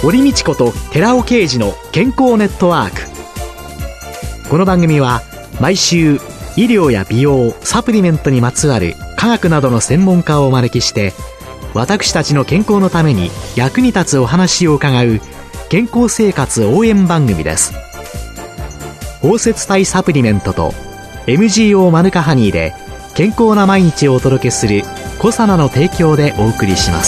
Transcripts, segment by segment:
堀道子と寺尾啓二の健康ネットワーク。この番組は毎週医療や美容、サプリメントにまつわる科学などの専門家をお招きして、私たちの健康のために役に立つお話を伺う健康生活応援番組です。包摂体サプリメントと MGO マヌカハニーで健康な毎日をお届けするコサナの提供でお送りします。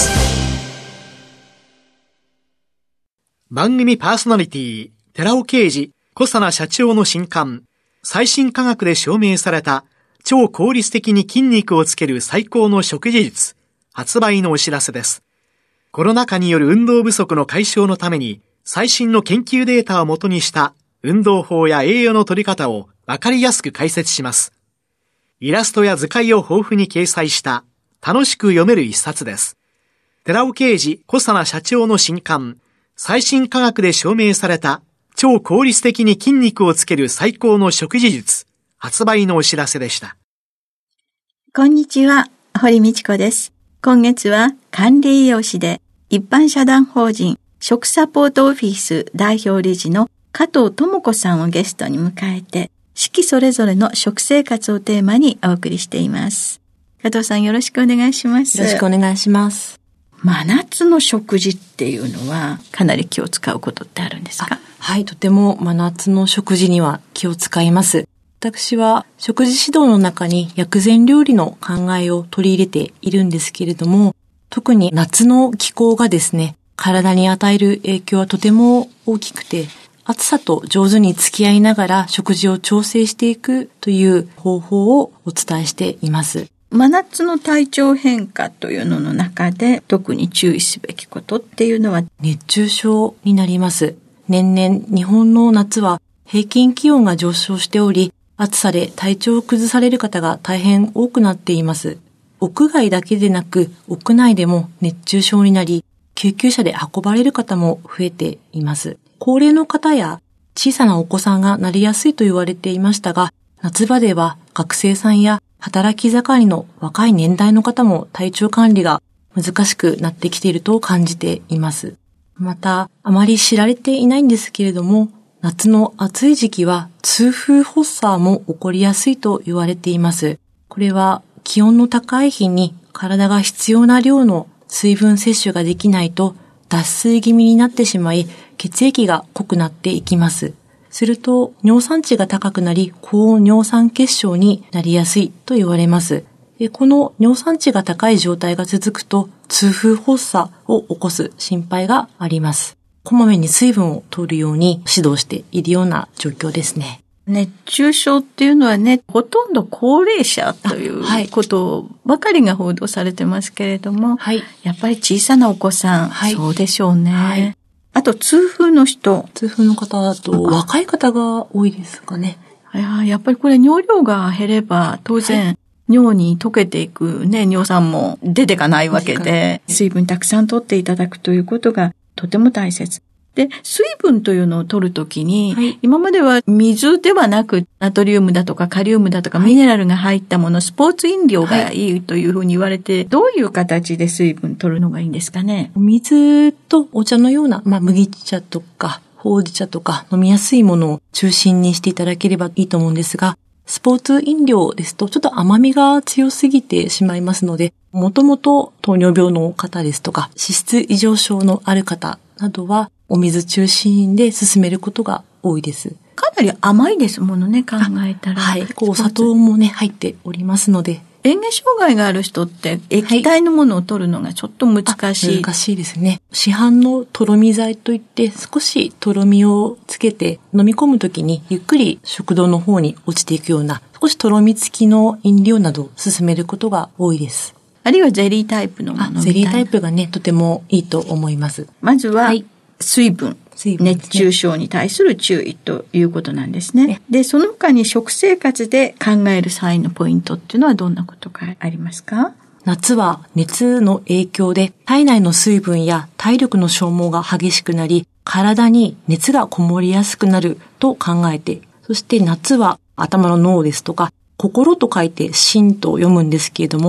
番組パーソナリティ寺尾啓二、コサナ社長の新刊、最新科学で証明された超効率的に筋肉をつける最高の食事術発売のお知らせです。コロナ禍による運動不足の解消のために最新の研究データをもとにした運動法や栄養の取り方をわかりやすく解説します。イラストや図解を豊富に掲載した楽しく読める一冊です。寺尾啓二、コサナ社長の新刊、最新科学で証明された超効率的に筋肉をつける最高の食事術発売のお知らせでした。 こんにちは、堀道子です。今月は管理栄養士で一般社団法人食サポートオフィス代表理事の加藤智子さんをゲストに迎えて、四季それぞれの食生活をテーマにお送りしています。加藤さん、よろしくお願いします。 よろしくお願いします。 真夏の食事っていうのはかなり気を使うことってあるんですか？ はい、とても真夏の食事には気を使います。私は食事指導の中に薬膳料理の考えを取り入れているんですけれども、特に夏の気候がですね、体に与える影響はとても大きくて、暑さと上手に付き合いながら食事を調整していくという方法をお伝えしています。 真夏の体調変化というのの中で特に注意すべきことっていうのは？ 熱中症になります。年々日本の夏は平均気温が上昇しており、暑さで体調を崩される方が大変多くなっています。屋外だけでなく屋内でも熱中症になり、救急車で運ばれる方も増えています。高齢の方や小さなお子さんがなりやすいと言われていましたが、夏場では学生さんや働き盛りの若い年代の方も体調管理が難しくなってきていると感じています。また、あまり知られていないんですけれども、夏の暑い時期は痛風発作も起こりやすいと言われています。これは気温の高い日に体が必要な量の水分摂取ができないと脱水気味になってしまい、血液が濃くなっていきます。すると尿酸値が高くなり、高尿酸血症になりやすいと言われます。で、この尿酸値が高い状態が続くと痛風発作を起こす心配があります。こまめに水分を取るように指導しているような状況ですね。 熱中症っていうのはね、ほとんど高齢者ということばかりが報道されてますけれども、はい、やっぱり小さなお子さん、はい、そうでしょうね。はい、あと痛風の人。 痛風の方だと若い方が多いですかね。 やっぱりこれ尿量が減れば当然、はい、尿に溶けていくね、尿酸も出てかないわけで、水分たくさん取っていただくということがとても大切。で、水分というのを取るときに、はい、今までは水ではなく、ナトリウムだとかカリウムだとかミネラルが入ったもの、スポーツ飲料がいいというふうに言われて、どういう形で水分取るのがいいんですかね？ 水とお茶のような、麦茶とか、ほうじ茶とか飲みやすいものを中心にしていただければいいと思うんですが、スポーツ飲料ですとちょっと甘みが強すぎてしまいますので、もともと糖尿病の方ですとか、脂質異常症のある方などは、お水中心で進めることが多いです。 かなり甘いですものね、考えたら。 はい。お砂糖もね、入っておりますので。 嚥下障害がある人って液体のものを取るのがちょっと難しい。 難しいですね。市販のとろみ剤といって少しとろみをつけて飲み込むときにゆっくり食道の方に落ちていくような少しとろみ付きの飲料などを勧めることが多いです。 あるいはゼリータイプのものみたいな。 ゼリータイプがね、とてもいいと思います。 まずは、水分、熱中症に対する注意ということなんですね。で、その他に食生活で考える際のポイントっていうのはどんなことがありますか？ 夏は熱の影響で体内の水分や体力の消耗が激しくなり、体に熱がこもりやすくなると考えて、そして夏は頭の脳ですとか、心と書いて心と読むんですけれども、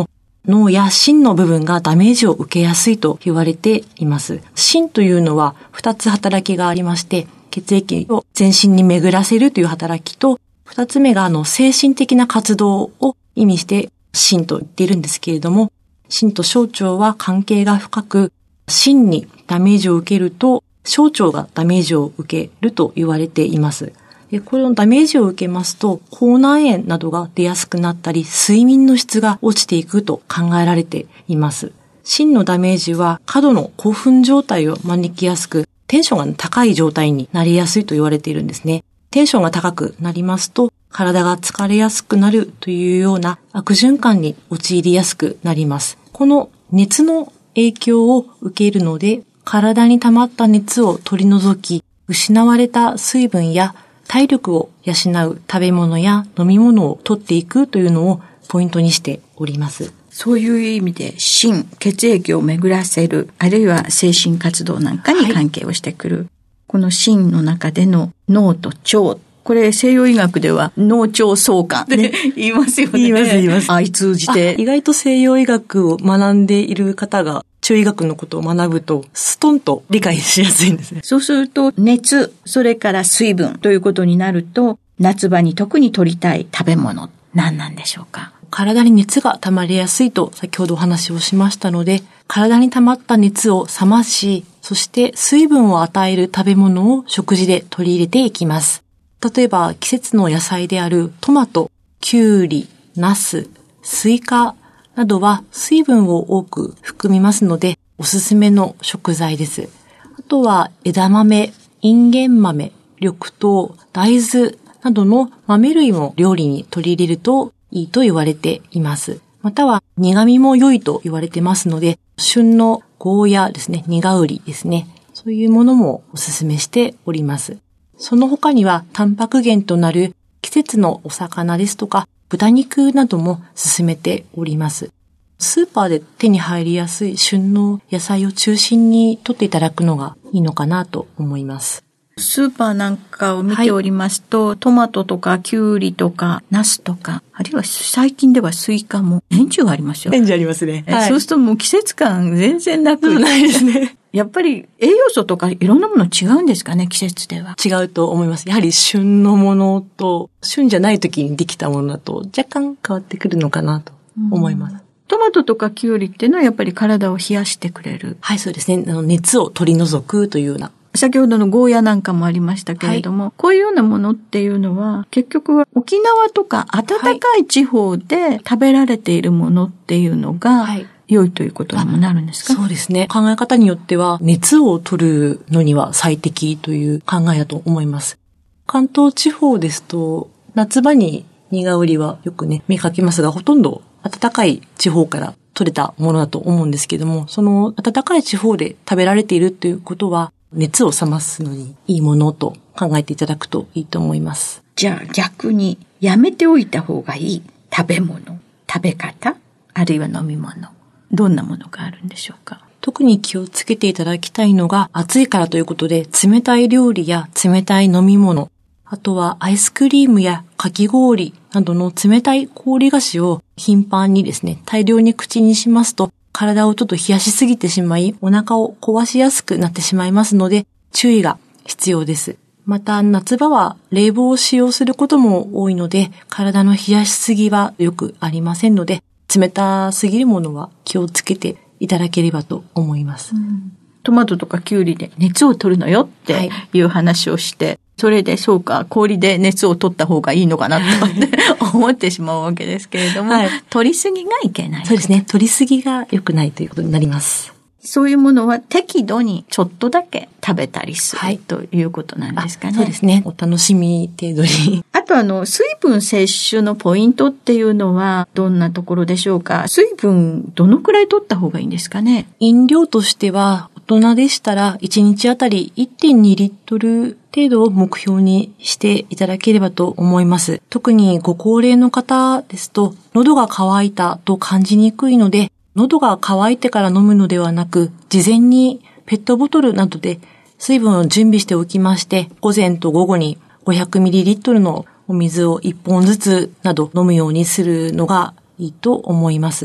脳や心の部分がダメージを受けやすいと言われています。心というのは2つ働きがありまして、血液を全身に巡らせるという働きと、2つ目が精神的な活動を意味して心と言っているんですけれども、心と小腸は関係が深く、心にダメージを受けると小腸がダメージを受けると言われています。このダメージを受けますと、口内炎などが出やすくなったり、睡眠の質が落ちていくと考えられています。心のダメージは過度の興奮状態を招きやすく、テンションが高い状態になりやすいと言われているんですね。テンションが高くなりますと、体が疲れやすくなるというような悪循環に陥りやすくなります。この熱の影響を受けるので、体に溜まった熱を取り除き、失われた水分や体力を養う食べ物や飲み物を取っていくというのをポイントにしております。 そういう意味で心、血液を巡らせる、あるいは精神活動なんかに関係をしてくる。この心の中での脳と腸。これ西洋医学では脳腸相関って言いますよね。 言います。 相通じて。 意外と西洋医学を学んでいる方が中医学のことを学ぶとストンと理解しやすいんですね。 そうすると熱、それから水分ということになると、夏場に特に取りたい食べ物、何なんでしょうか？ 体に熱が溜まりやすいと先ほどお話をしましたので、体に溜まった熱を冷まし、そして水分を与える食べ物を食事で取り入れていきます。例えば季節の野菜であるトマト、キュウリ、ナス、スイカなどは水分を多く含みますのでおすすめの食材です。あとは枝豆、インゲン豆、緑豆、大豆などの豆類も料理に取り入れるといいと言われています。または苦味も良いと言われてますので、旬のゴーヤですね、苦ウリですね、そういうものもおすすめしております。その他にはタンパク源となる季節のお魚ですとか豚肉なども勧めております。スーパーで手に入りやすい旬の野菜を中心に取っていただくのがいいのかなと思います。 スーパーなんかを見ておりますと、トマトとかキュウリとかナスとか、あるいは最近ではスイカも年中ありますよ。 年中ありますね。 そうするともう季節感全然なくないですね。 やっぱり栄養素とかいろんなもの違うんですかね、季節では。 違うと思います。やはり旬のものと旬じゃない時にできたものだと若干変わってくるのかなと思います。 トマトとかキュウリっていうのはやっぱり体を冷やしてくれる。 はい、そうですね。熱を取り除くというような。 先ほどのゴーヤなんかもありましたけれども、こういうようなものっていうのは結局は沖縄とか暖かい地方で食べられているものっていうのが良いということにもなるんですか？ そうですね。考え方によっては熱を取るのには最適という考えだと思います。関東地方ですと夏場に苦ウリはよくね見かけますが、ほとんど暖かい地方から取れたものだと思うんですけども、その暖かい地方で食べられているということは熱を冷ますのにいいものと考えていただくといいと思います。 じゃあ逆にやめておいた方がいい食べ物、食べ方、あるいは飲み物、どんなものがあるんでしょうか？ 特に気をつけていただきたいのが暑いからということで冷たい料理や冷たい飲み物、あとはアイスクリームやかき氷などの冷たい氷菓子を頻繁にですね、大量に口にしますと体をちょっと冷やしすぎてしまい、お腹を壊しやすくなってしまいますので、注意が必要です。また、夏場は冷房を使用することも多いので、体の冷やしすぎはよくありませんので、冷たすぎるものは気をつけていただければと思います。 トマトとかキュウリで熱を取るのよっていう話をして、それでそうか、氷で熱を取った方がいいのかなとって思ってしまうわけですけれども、取りすぎがいけない。 そうですね。取りすぎが良くないということになります。 そういうものは適度にちょっとだけ食べたりする、ということなんですかね。 そうですね。お楽しみ程度に。 あと水分摂取のポイントっていうのはどんなところでしょうか？水分どのくらい取った方がいいんですかね？ 飲料としては大人でしたら1日あたり 1.2 リットル程度を目標にしていただければと思います。特にご高齢の方ですと喉が渇いたと感じにくいので、喉が渇いてから飲むのではなく、事前にペットボトルなどで水分を準備しておきまして、午前と午後に 500ml のお水を1本ずつなど飲むようにするのがいいと思います。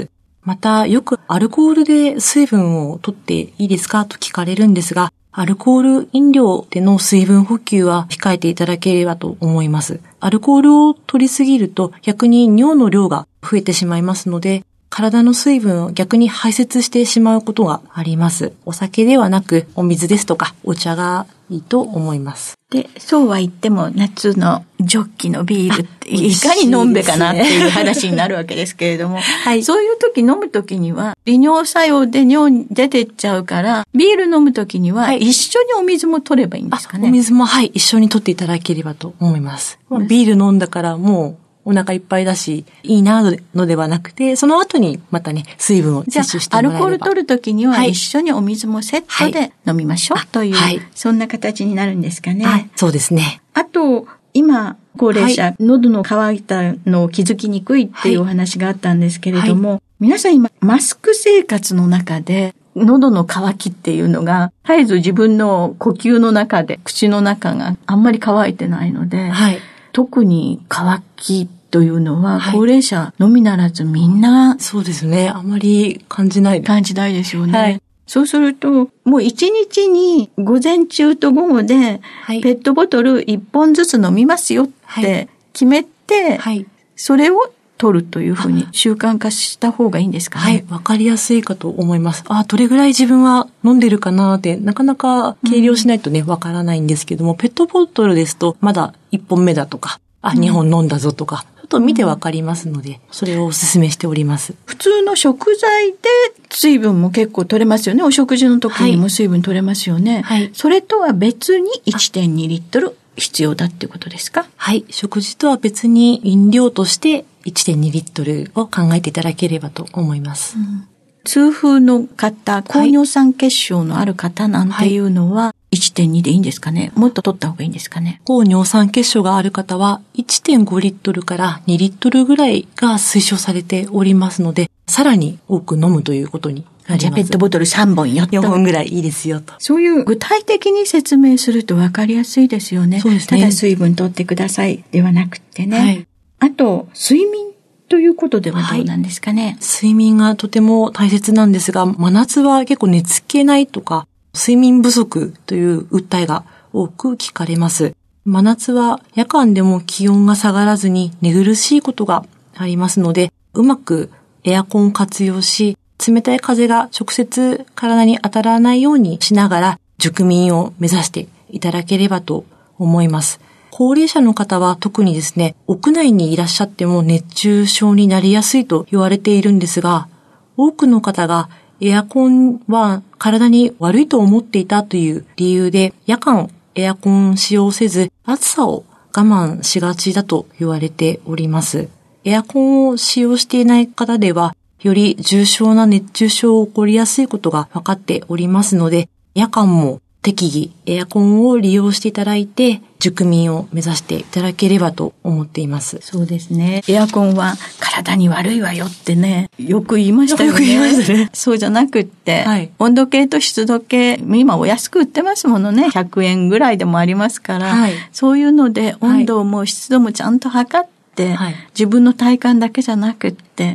また、よくアルコールで水分を取っていいですかと聞かれるんですが、アルコール飲料での水分補給は控えていただければと思います。アルコールを取りすぎると逆に尿の量が増えてしまいますので、体の水分を逆に排泄してしまうことがあります。お酒ではなくお水ですとかお茶がいいと思います。 で、そうは言っても夏のジョッキのビールっていかに飲んべかなっていう話になるわけですけれども、はい、そういう時飲む時には利尿作用で尿出てっちゃうから、ビール飲む時には一緒にお水も取ればいいんですかね。 お水も一緒に取っていただければと思います。ビール飲んだからもうお腹いっぱいだし、いいなのではなくて、その後にまたね、水分を摂取してもらえれば。 アルコール取るときには一緒にお水もセットで飲みましょうという、そんな形になるんですかね。 そうですね。 あと、今、高齢者、喉の渇いたのを気づきにくいっていうお話があったんですけれども、皆さん今、マスク生活の中で、喉の渇きっていうのが、絶えず自分の呼吸の中で、口の中があんまり乾いてないので、特に渇きというのは、高齢者のみならずみんな、 そうですね。あまり感じないですよね。そうすると、もう一日に午前中と午後で、ペットボトル1本ずつ飲みますよって決めて、それを取るというふうに習慣化した方がいいんですかね。 わかりやすいかと思います。どれぐらい自分は飲んでるかなって、なかなか計量しないとね、わからないんですけども、ペットボトルですと、まだ1本目だとか、2本飲んだぞとか、ちょっと見てわかりますので、それをお勧めしております。 普通の食材で水分も結構取れますよね。お食事の時にも水分取れますよね。それとは別に 1.2 リットル必要だっていうことですか？ 食事とは別に飲料として1.2 リットルを考えていただければと思います。 痛風の方、高尿酸血症のある方なんていうのは、1.2 でいいんですかね？もっと取った方がいいんですかね？ 高尿酸血症がある方は 1.5 リットルから2リットルぐらいが推奨されておりますので、さらに多く飲むということになります。 じゃあペットボトル3本4 本ぐらいいいですよと。 そういう具体的に説明すると分かりやすいですよね。 そうですね。 ただ水分取ってくださいではなくてね。あと、睡眠ということではどうなんですかね？ 睡眠がとても大切なんですが、真夏は結構寝つけないとか、睡眠不足という訴えが多く聞かれます。真夏は夜間でも気温が下がらずに寝苦しいことがありますので、うまくエアコンを活用し、冷たい風が直接体に当たらないようにしながら熟眠を目指していただければと思います。高齢者の方は特にですね、屋内にいらっしゃっても熱中症になりやすいと言われているんですが、多くの方がエアコンは体に悪いと思っていたという理由で、夜間エアコン使用せず暑さを我慢しがちだと言われております。エアコンを使用していない方では、より重症な熱中症を起こりやすいことが分かっておりますので、夜間も適宜エアコンを利用していただいて、熟眠を目指していただければと思っています。 そうですね。エアコンは体に悪いわよってね、よく言いましたよね。 よく言いますね。 そうじゃなくって、温度計と湿度計、今お安く売ってますものね。100円ぐらいでもありますから、そういうので温度も湿度もちゃんと測って、自分の体感だけじゃなくって、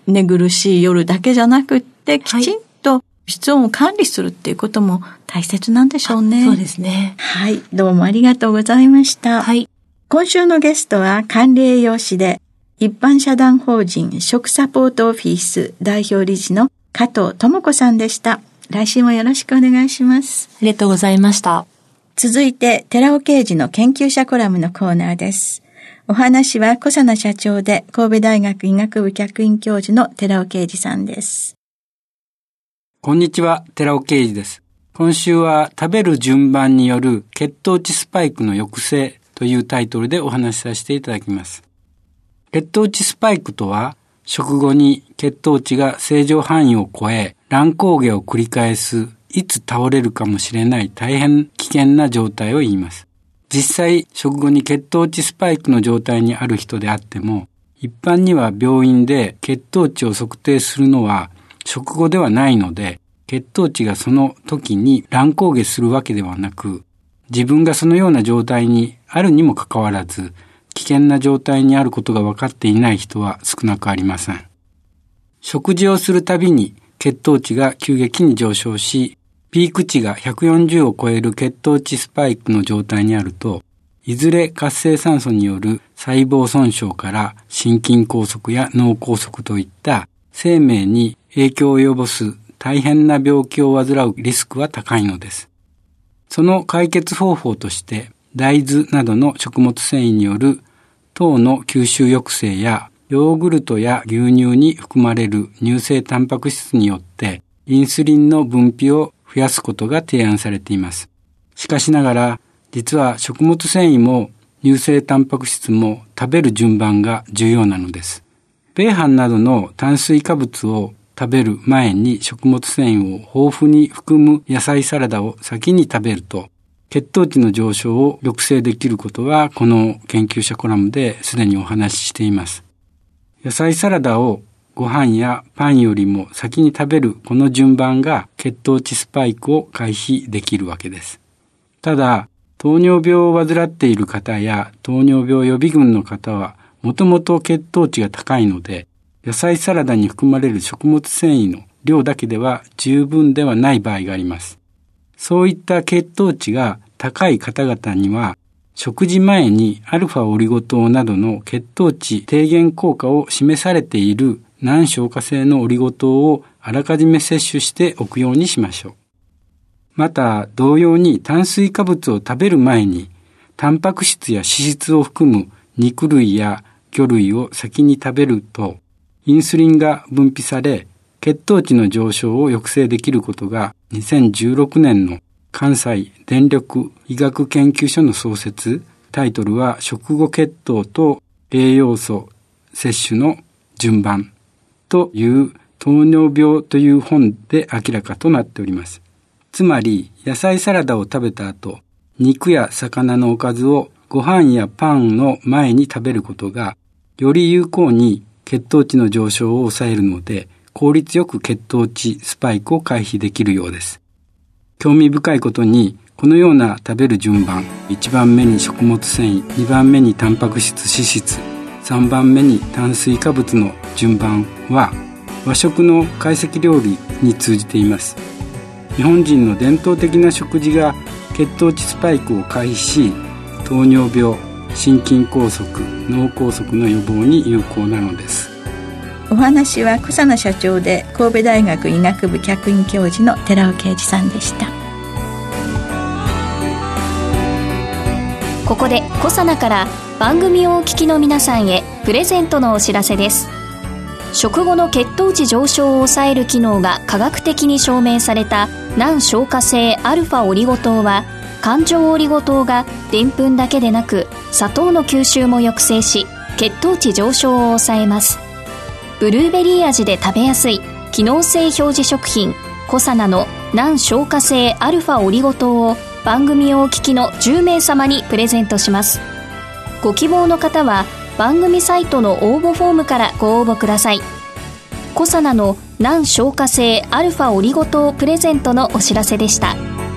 寝苦しい夜だけじゃなくって、きちんと室温を管理するっていうことも大切なんでしょうね。 そうですね。 どうもありがとうございました。今週のゲストは管理栄養士で一般社団法人食サポートオフィス代表理事の加藤智子さんでした。来週もよろしくお願いします。 ありがとうございました。 続いて寺尾啓二の研究者コラムのコーナーです。お話は小佐奈社長で神戸大学医学部客員教授の寺尾啓二さんです。 こんにちは、寺尾啓二です。今週は食べる順番による血糖値スパイクの抑制というタイトルでお話しさせていただきます。血糖値スパイクとは、食後に血糖値が正常範囲を超え、乱高下を繰り返す、いつ倒れるかもしれない大変危険な状態を言います。実際、食後に血糖値スパイクの状態にある人であっても、一般には病院で血糖値を測定するのは食後ではないので、血糖値がその時に乱高下するわけではなく、自分がそのような状態にあるにもかかわらず、危険な状態にあることが分かっていない人は少なくありません。 食事をするたびに血糖値が急激に上昇し、ピーク値が140を超える血糖値スパイクの状態にあると、いずれ活性酸素による細胞損傷から心筋梗塞や脳梗塞といった生命に影響を及ぼす大変な病気を患うリスクは高いのです。その解決方法として、大豆などの食物繊維による糖の吸収抑制やヨーグルトや牛乳に含まれる乳製タンパク質によってインスリンの分泌を増やすことが提案されています。しかしながら、実は食物繊維も乳製タンパク質も食べる順番が重要なのです。米飯などの炭水化物を食べる前に食物繊維を豊富に含む野菜サラダを先に食べると、血糖値の上昇を抑制できることはこの研究者コラムですでにお話ししています。野菜サラダをご飯やパンよりも先に食べるこの順番が血糖値スパイクを回避できるわけです。ただ、糖尿病を患っている方や糖尿病予備群の方はもともと血糖値が高いので、野菜サラダに含まれる食物繊維の量だけでは十分ではない場合があります。そういった血糖値が高い方々には、食事前にアルファオリゴ糖などの血糖値低減効果を示されている難消化性のオリゴ糖をあらかじめ摂取しておくようにしましょう。また、同様に炭水化物を食べる前に、タンパク質や脂質を含む肉類や魚類を先に食べると、インスリンが分泌され、血糖値の上昇を抑制できることが2016年の関西電力医学研究所の創設、タイトルは食後血糖と栄養素摂取の順番という糖尿病という本で明らかとなっております。つまり野菜サラダを食べた後、肉や魚のおかずをご飯やパンの前に食べることがより有効に血糖値の上昇を抑えるので、効率よく血糖値スパイクを回避できるようです。興味深いことに、このような食べる順番、1番目に食物繊維、2番目にタンパク質脂質、3番目に炭水化物の順番は和食の懐石料理に通じています。日本人の伝統的な食事が血糖値スパイクを回避し、糖尿病、心筋梗塞、脳梗塞の予防に有効なのです。 お話は小佐奈社長で神戸大学医学部客員教授の寺尾啓二さんでした。 ここで小佐奈から番組をお聞きの皆さんへプレゼントのお知らせです。食後の血糖値上昇を抑える機能が科学的に証明された難消化性アルファオリゴ糖は、環状オリゴ糖がでんぷんだけでなく砂糖の吸収も抑制し、血糖値上昇を抑えます。ブルーベリー味で食べやすい機能性表示食品コサナの難消化性アルファオリゴ糖を番組をお聞きの10名様にプレゼントします。ご希望の方は番組サイトの応募フォームからご応募ください。コサナの難消化性アルファオリゴ糖プレゼントのお知らせでした。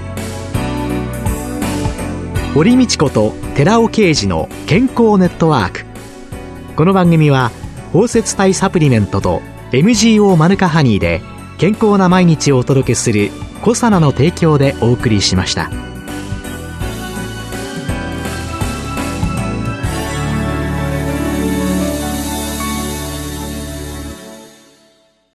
堀道子と寺尾啓二の健康ネットワーク。この番組は包摂体サプリメントと MGO マヌカハニーで健康な毎日をお届けするコサナの提供でお送りしました。